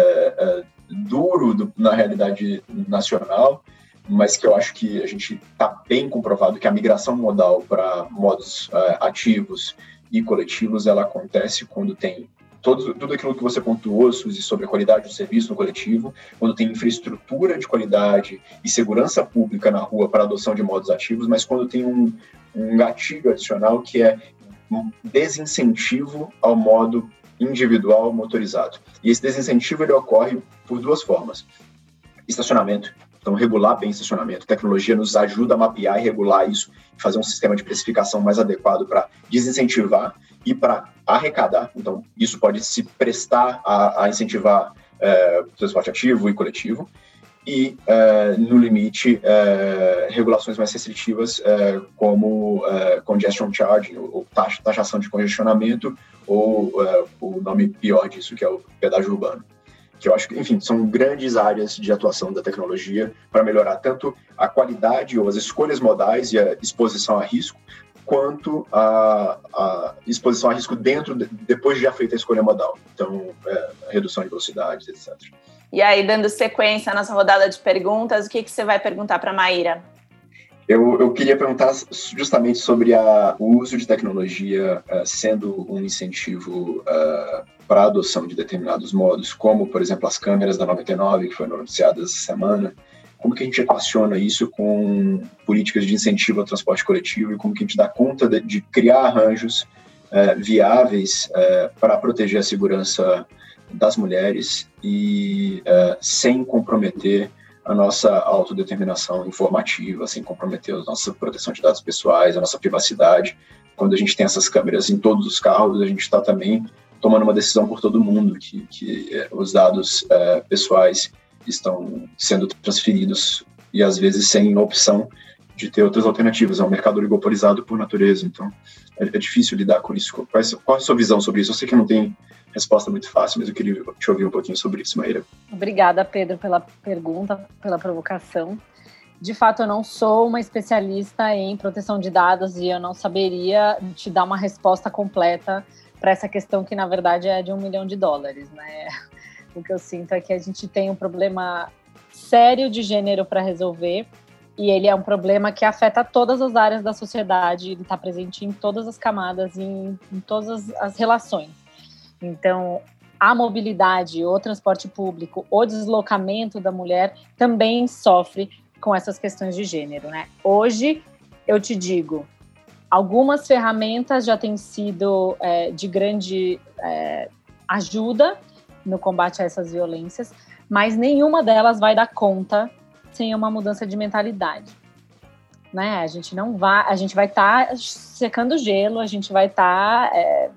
duro na realidade nacional, mas que eu acho que a gente está bem comprovado que a migração modal para modos ativos e coletivos, ela acontece quando tem tudo aquilo que você pontuou, Suzy, sobre a qualidade do serviço no coletivo, quando tem infraestrutura de qualidade e segurança pública na rua para adoção de modos ativos, mas quando tem um gatilho adicional que é um desincentivo ao modo individual motorizado. E esse desincentivo ele ocorre por duas formas. Estacionamento. Então, regular bem estacionamento. A tecnologia nos ajuda a mapear e regular isso, fazer um sistema de precificação mais adequado para desincentivar e para arrecadar. Então, isso pode se prestar a incentivar o transporte ativo e coletivo. E, no limite, regulações mais restritivas, como congestion charging, ou taxação de congestionamento, ou o nome pior disso, que é o pedágio urbano. Que eu acho que, enfim, são grandes áreas de atuação da tecnologia para melhorar tanto a qualidade ou as escolhas modais e a exposição a risco, quanto a exposição a risco depois de já feita a escolha modal. Então, redução de velocidades, etc. E aí, dando sequência à nossa rodada de perguntas, o que você vai perguntar para a Maíra? Eu queria perguntar justamente sobre o uso de tecnologia sendo um incentivo para a adoção de determinados modos, como, por exemplo, as câmeras da 99, que foram anunciadas essa semana. Como que a gente equaciona isso com políticas de incentivo ao transporte coletivo e como que a gente dá conta de criar arranjos viáveis para proteger a segurança das mulheres e sem comprometer a nossa autodeterminação informativa, sem comprometer a nossa proteção de dados pessoais, a nossa privacidade. Quando a gente tem essas câmeras em todos os carros, a gente está também tomando uma decisão por todo mundo, que os dados pessoais estão sendo transferidos e, às vezes, sem opção de ter outras alternativas. É um mercado oligopolizado por natureza, então é difícil lidar com isso. Qual é a sua visão sobre isso? Eu sei que não tem resposta muito fácil, mas eu queria te ouvir um pouquinho sobre isso, Maíra. Obrigada, Pedro, pela pergunta, pela provocação. De fato, eu não sou uma especialista em proteção de dados e eu não saberia te dar uma resposta completa para essa questão que, na verdade, é de $1 milhão, né? O que eu sinto é que a gente tem um problema sério de gênero para resolver e ele é um problema que afeta todas as áreas da sociedade, ele está presente em todas as camadas, em todas as relações. Então, a mobilidade, o transporte público, o deslocamento da mulher também sofre com essas questões de gênero, né? Hoje, eu te digo, algumas ferramentas já têm sido de grande ajuda no combate a essas violências, mas nenhuma delas vai dar conta sem uma mudança de mentalidade, né? A gente vai estar secando gelo, a gente vai estar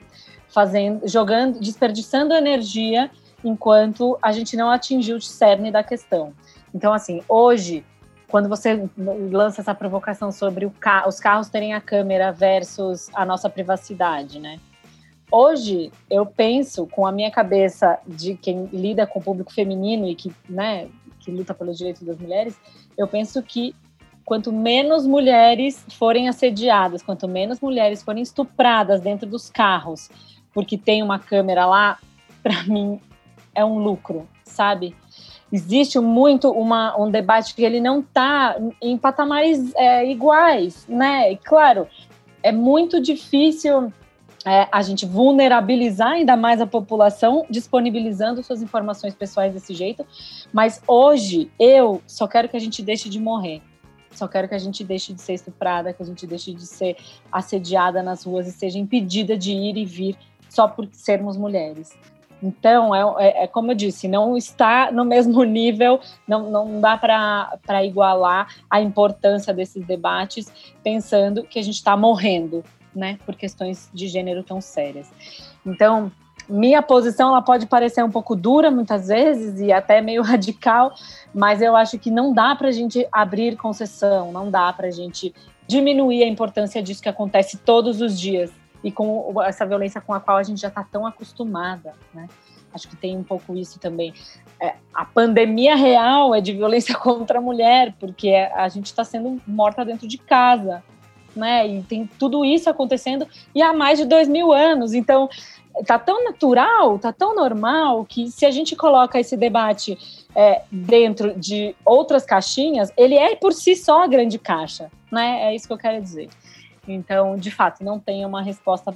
desperdiçando energia enquanto a gente não atingiu o cerne da questão. Então, assim, hoje, quando você lança essa provocação sobre os carros terem a câmera versus a nossa privacidade, né? Hoje, eu penso, com a minha cabeça de quem lida com o público feminino e que luta pelos direitos das mulheres, eu penso que quanto menos mulheres forem assediadas, quanto menos mulheres forem estupradas dentro dos carros, porque tem uma câmera lá, para mim, é um lucro, sabe? Existe muito um debate que ele não está em patamares iguais, né? E, claro, é muito difícil a gente vulnerabilizar ainda mais a população, disponibilizando suas informações pessoais desse jeito, mas hoje eu só quero que a gente deixe de morrer. Só quero que a gente deixe de ser estuprada, que a gente deixe de ser assediada nas ruas e seja impedida de ir e vir só por sermos mulheres. Então, como eu disse, não está no mesmo nível, não dá para igualar a importância desses debates, pensando que a gente está morrendo, né, por questões de gênero tão sérias. Então, minha posição ela pode parecer um pouco dura muitas vezes e até meio radical, mas eu acho que não dá para a gente abrir concessão, não dá para a gente diminuir a importância disso que acontece todos os dias e com essa violência com a qual a gente já está tão acostumada, né? Acho que tem um pouco isso também. A pandemia real é de violência contra a mulher, porque a gente está sendo morta dentro de casa, né? E tem tudo isso acontecendo e há mais de 2000 anos. Então, tá tão natural, tá tão normal, que se a gente coloca esse debate dentro de outras caixinhas, ele é por si só a grande caixa, né? É isso que eu quero dizer. Então, de fato, não tem uma resposta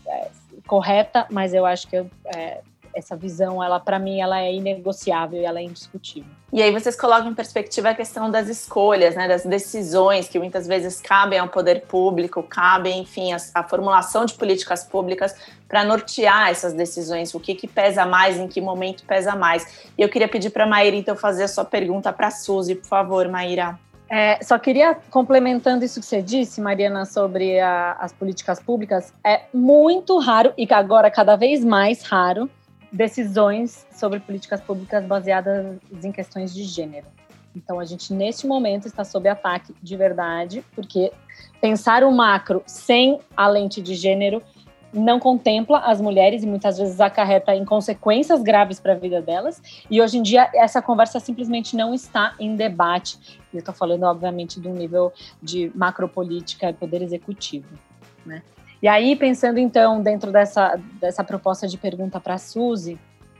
correta, mas eu acho que essa visão, para mim, ela é inegociável e ela é indiscutível. E aí vocês colocam em perspectiva a questão das escolhas, né, das decisões que muitas vezes cabem ao poder público, cabem, enfim, a formulação de políticas públicas para nortear essas decisões, o que pesa mais, em que momento pesa mais. E eu queria pedir para a Maíra, então, fazer a sua pergunta para a Suzy, por favor, Maíra. Só queria, complementando isso que você disse, Mariana, sobre as políticas públicas, é muito raro, e agora cada vez mais raro, decisões sobre políticas públicas baseadas em questões de gênero. Então, a gente, neste momento, está sob ataque de verdade, porque pensar o macro sem a lente de gênero não contempla as mulheres e muitas vezes acarreta em consequências graves para a vida delas. E, hoje em dia, essa conversa simplesmente não está em debate. E eu estou falando, obviamente, de um nível de macropolítica e poder executivo, né? E aí, pensando, então, dentro dessa proposta de pergunta para a Suzy,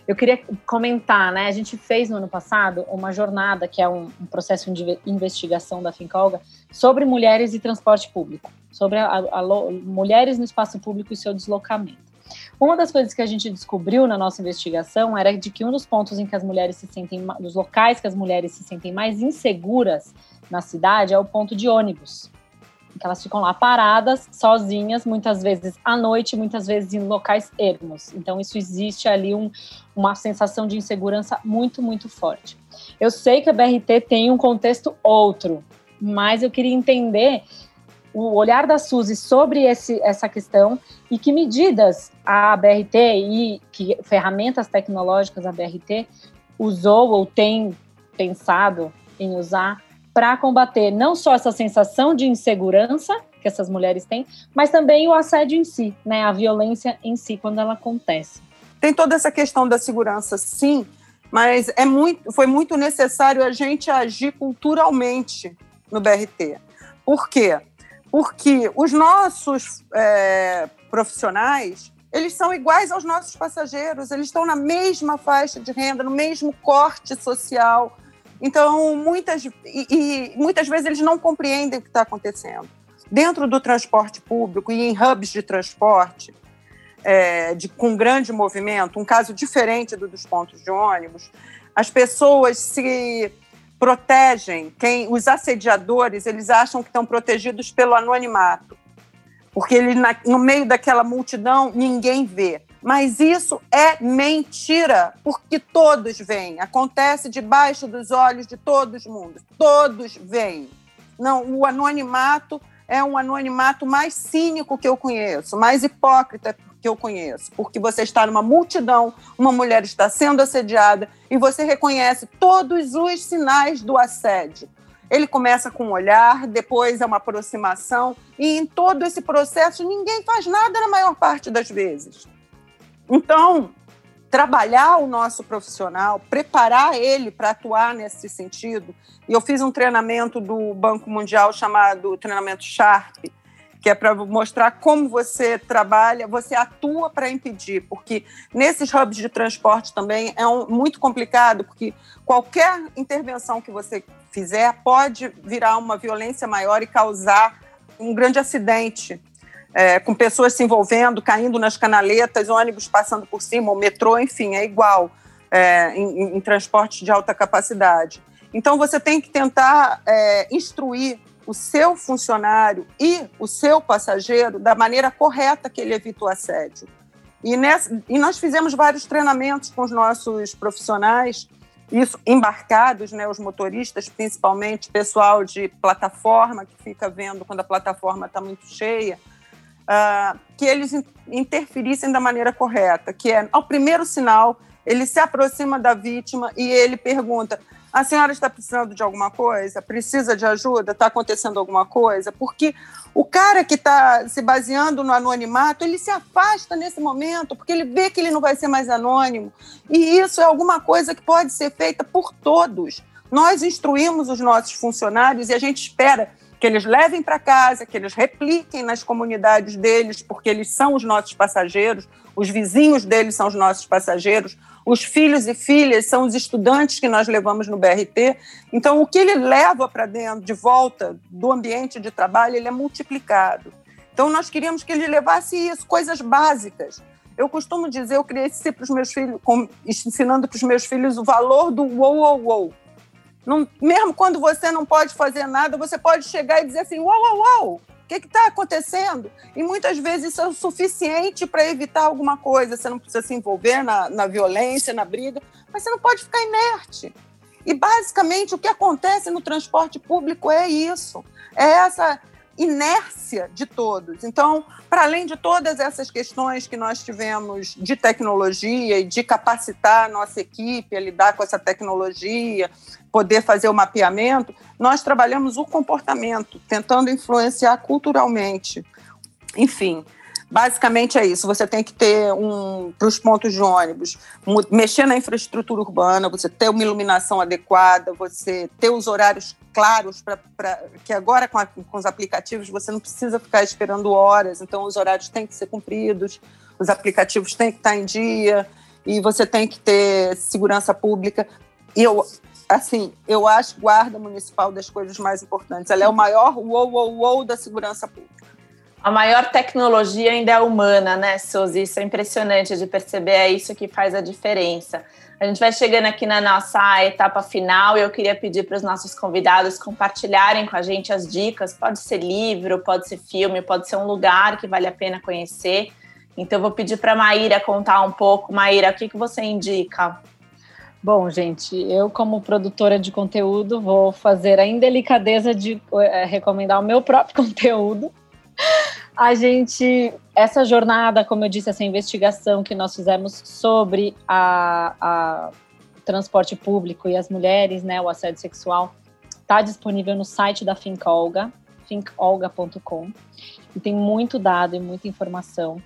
Eu queria comentar, né? A gente fez no ano passado uma jornada, que é um processo de investigação da Fincolga, sobre mulheres e transporte público, sobre mulheres no espaço público e seu deslocamento. Uma das coisas que a gente descobriu na nossa investigação era de que um dos pontos em que as mulheres se sentem, dos locais que as mulheres se sentem mais inseguras na cidade é o ponto de ônibus. Que elas ficam lá paradas, sozinhas, muitas vezes à noite, muitas vezes em locais ermos. Então, isso existe ali uma sensação de insegurança muito, muito forte. Eu sei que a BRT tem um contexto outro, mas eu queria entender o olhar da Suzy sobre essa questão e que medidas a BRT e que ferramentas tecnológicas a BRT usou ou tem pensado em usar para combater não só essa sensação de insegurança que essas mulheres têm, mas também o assédio em si, né? A violência em si, quando ela acontece. Tem toda essa questão da segurança, sim, mas foi muito necessário a gente agir culturalmente no BRT. Por quê? Porque os nossos profissionais, eles são iguais aos nossos passageiros, eles estão na mesma faixa de renda, no mesmo corte social. Então, muitas vezes eles não compreendem o que está acontecendo. Dentro do transporte público e em hubs de transporte, com grande movimento, um caso diferente dos pontos de ônibus, as pessoas se protegem, os assediadores, eles acham que estão protegidos pelo anonimato, porque no meio daquela multidão ninguém vê. Mas isso é mentira, porque todos veem. Acontece debaixo dos olhos de todos mundo. Todos veem. Não, o anonimato é um anonimato mais cínico que eu conheço, mais hipócrita que eu conheço, porque você está numa multidão, uma mulher está sendo assediada e você reconhece todos os sinais do assédio. Ele começa com um olhar, depois é uma aproximação, e em todo esse processo ninguém faz nada na maior parte das vezes. Então, trabalhar o nosso profissional, preparar ele para atuar nesse sentido, e eu fiz um treinamento do Banco Mundial chamado treinamento Sharp, que é para mostrar como você trabalha, você atua para impedir, porque nesses hubs de transporte também é muito complicado, porque qualquer intervenção que você fizer pode virar uma violência maior e causar um grande acidente, com pessoas se envolvendo, caindo nas canaletas, ônibus passando por cima, o metrô, enfim, é igual em transporte de alta capacidade. Então, você tem que tentar instruir o seu funcionário e o seu passageiro da maneira correta que ele evita o assédio. E nós fizemos vários treinamentos com os nossos profissionais, isso embarcados, né, os motoristas, principalmente pessoal de plataforma, que fica vendo quando a plataforma está muito cheia, que eles interferissem da maneira correta, que é, ao primeiro sinal, ele se aproxima da vítima e ele pergunta: a senhora está precisando de alguma coisa? Precisa de ajuda? Está acontecendo alguma coisa? Porque o cara que está se baseando no anonimato, ele se afasta nesse momento, porque ele vê que ele não vai ser mais anônimo. E isso é alguma coisa que pode ser feita por todos. Nós instruímos os nossos funcionários e a gente espera que eles levem para casa, que eles repliquem nas comunidades deles, porque eles são os nossos passageiros, os vizinhos deles são os nossos passageiros, os filhos e filhas são os estudantes que nós levamos no BRT. Então, o que ele leva para dentro, de volta do ambiente de trabalho, ele é multiplicado. Então, nós queríamos que ele levasse isso, coisas básicas. Eu costumo dizer, eu cresci para os meus filhos, ensinando para os meus filhos o valor do uou, uou, uou. Não, mesmo quando você não pode fazer nada, você pode chegar e dizer assim: uou, uou, uou, o que está acontecendo? E muitas vezes isso é o suficiente para evitar alguma coisa. Você não precisa se envolver na violência, na briga, mas você não pode ficar inerte. E, basicamente, o que acontece no transporte público é isso, é essa inércia de todos. Então, para além de todas essas questões que nós tivemos de tecnologia e de capacitar a nossa equipe a lidar com essa tecnologia, poder fazer o mapeamento, nós trabalhamos o comportamento, tentando influenciar culturalmente. Enfim, basicamente é isso. Você tem que ter, para os pontos de ônibus, mexer na infraestrutura urbana, você ter uma iluminação adequada, você ter os horários claros, que agora com os aplicativos você não precisa ficar esperando horas, então os horários têm que ser cumpridos, os aplicativos têm que estar em dia. e você tem que ter segurança pública. E eu acho guarda municipal das coisas mais importantes. Ela é o maior uou da segurança pública. A maior tecnologia ainda é humana, né, Suzy? Isso é impressionante de perceber, é isso que faz a diferença. A gente vai chegando aqui na nossa etapa final e eu queria pedir para os nossos convidados compartilharem com a gente as dicas. Pode ser livro, pode ser filme, pode ser um lugar que vale a pena conhecer. Então, eu vou pedir para a Maíra contar um pouco. Maíra, o que você indica? Bom, gente, eu como produtora de conteúdo vou fazer a indelicadeza de recomendar o meu próprio conteúdo. Essa jornada, como eu disse, essa investigação que nós fizemos sobre o transporte público e as mulheres, né, o assédio sexual, está disponível no site da Think Olga, thinkolga.com, e tem muito dado e muita informação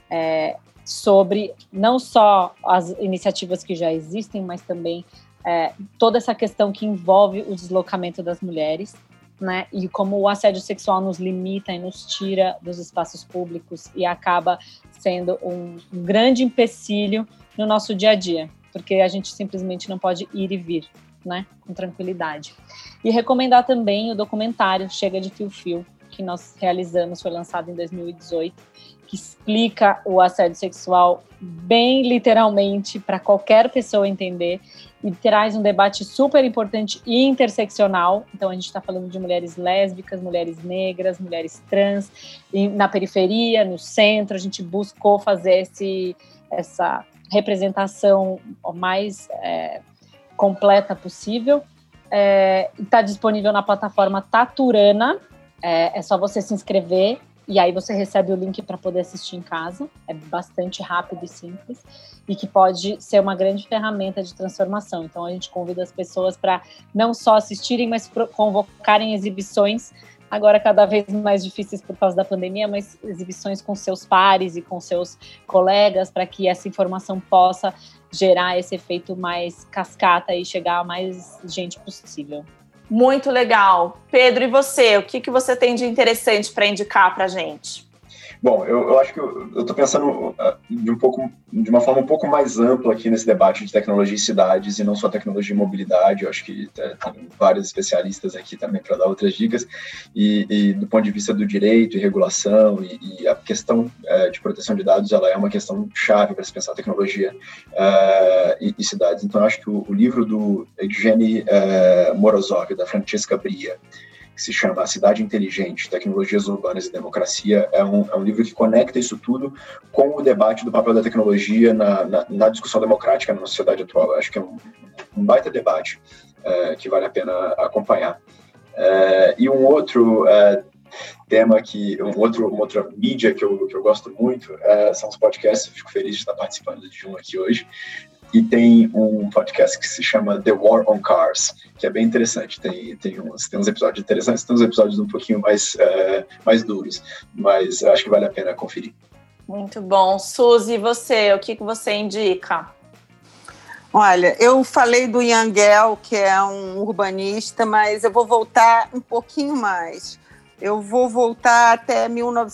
sobre não só as iniciativas que já existem, mas também toda essa questão que envolve o deslocamento das mulheres, né, e como o assédio sexual nos limita e nos tira dos espaços públicos e acaba sendo um grande empecilho no nosso dia a dia, porque a gente simplesmente não pode ir e vir, né, com tranquilidade. E recomendar também o documentário Chega de Fio-Fio, que nós realizamos, foi lançado em 2018, que explica o assédio sexual bem literalmente para qualquer pessoa entender e traz um debate super importante e interseccional. Então, a gente está falando de mulheres lésbicas, mulheres negras, mulheres trans, e na periferia, no centro, a gente buscou fazer essa representação o mais completa possível. Está disponível na plataforma Taturana, é só você se inscrever e aí você recebe o link para poder assistir em casa. É bastante rápido e simples e que pode ser uma grande ferramenta de transformação. Então a gente convida as pessoas para não só assistirem, mas convocarem exibições, agora cada vez mais difíceis por causa da pandemia, mas exibições com seus pares e com seus colegas para que essa informação possa gerar esse efeito mais cascata e chegar a mais gente possível. Muito legal. Pedro, e você? O que você tem de interessante para indicar para a gente? Bom, eu acho que eu estou pensando de uma forma um pouco mais ampla aqui nesse debate de tecnologia e cidades e não só tecnologia e mobilidade. Eu acho que tem vários especialistas aqui também para dar outras dicas e do ponto de vista do direito e regulação e a questão de proteção de dados, ela é uma questão chave para se pensar tecnologia e cidades. Então, eu acho que o livro do Evgeny Morozov, da Francesca Bria, que se chama A Cidade Inteligente, Tecnologias Urbanas e Democracia, é um livro que conecta isso tudo com o debate do papel da tecnologia na discussão democrática na sociedade atual. Eu acho que é um baita debate que vale a pena acompanhar. E um outro tema uma outra mídia que eu gosto muito são os podcasts. Eu fico feliz de estar participando de um aqui hoje. E tem um podcast que se chama The War on Cars, que é bem interessante. Tem uns episódios interessantes, tem uns episódios um pouquinho mais duros, mas acho que vale a pena conferir. Muito bom. Suzy, e você? O que você indica? Olha, eu falei do Jan Gehl, que é um urbanista, mas eu vou voltar um pouquinho mais. Eu vou voltar até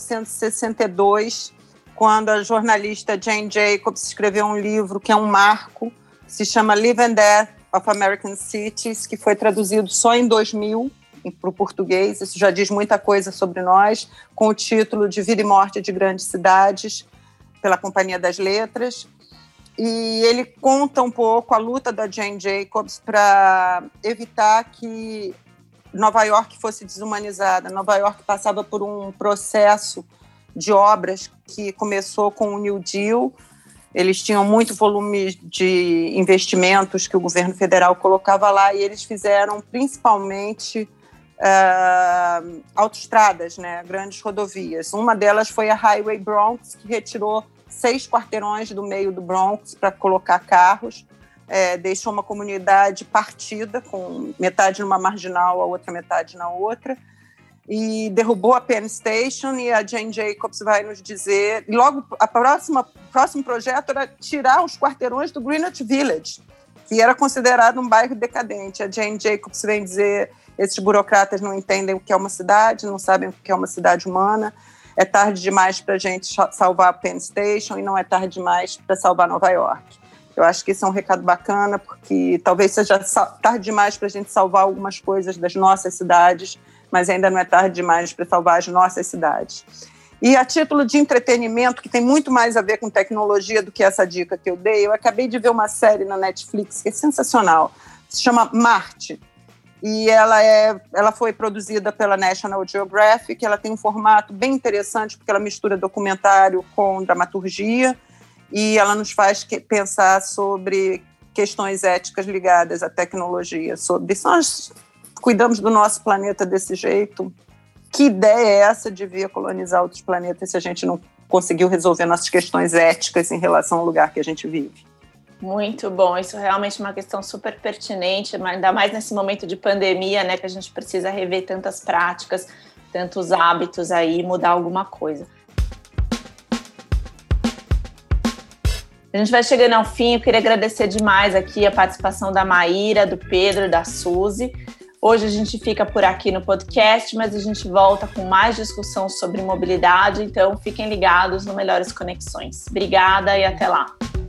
1962, quando a jornalista Jane Jacobs escreveu um livro que é um marco, que se chama Live and Death of American Cities, que foi traduzido só em 2000 para o português. Isso já diz muita coisa sobre nós, com o título de Vida e Morte de Grandes Cidades, pela Companhia das Letras. E ele conta um pouco a luta da Jane Jacobs para evitar que Nova York fosse desumanizada. Nova York passava por um processo de obras que começou com o New Deal. Eles tinham muito volume de investimentos que o governo federal colocava lá e eles fizeram principalmente autoestradas, né, grandes rodovias. Uma delas foi a Highway Bronx, que retirou 6 quarteirões do meio do Bronx para colocar carros, deixou uma comunidade partida, com metade numa marginal, a outra metade na outra, e derrubou a Penn Station. E a Jane Jacobs vai nos dizer, e logo o próximo projeto era tirar os quarteirões do Greenwich Village, que era considerado um bairro decadente. A Jane Jacobs vem dizer, esses burocratas não entendem o que é uma cidade, não sabem o que é uma cidade humana, é tarde demais para a gente salvar a Penn Station e não é tarde demais para salvar Nova York. Eu acho que esse é um recado bacana, porque talvez seja tarde demais para a gente salvar algumas coisas das nossas cidades, mas ainda não é tarde demais para salvar as nossas cidades. E a título de entretenimento, que tem muito mais a ver com tecnologia do que essa dica que eu dei, eu acabei de ver uma série na Netflix que é sensacional, se chama Marte, e ela foi produzida pela National Geographic. Ela tem um formato bem interessante, porque ela mistura documentário com dramaturgia, e ela nos faz pensar sobre questões éticas ligadas à tecnologia, sobre se nós cuidamos do nosso planeta desse jeito, que ideia é essa de vir colonizar outros planetas se a gente não conseguiu resolver nossas questões éticas em relação ao lugar que a gente vive? Muito bom, isso é realmente uma questão super pertinente, mas ainda mais nesse momento de pandemia, né, que a gente precisa rever tantas práticas, tantos hábitos aí, mudar alguma coisa. A gente vai chegando ao fim. Eu queria agradecer demais aqui a participação da Maíra, do Pedro, da Suzy. Hoje a gente fica por aqui no podcast, mas a gente volta com mais discussão sobre mobilidade, então fiquem ligados no Melhores Conexões. Obrigada e até lá!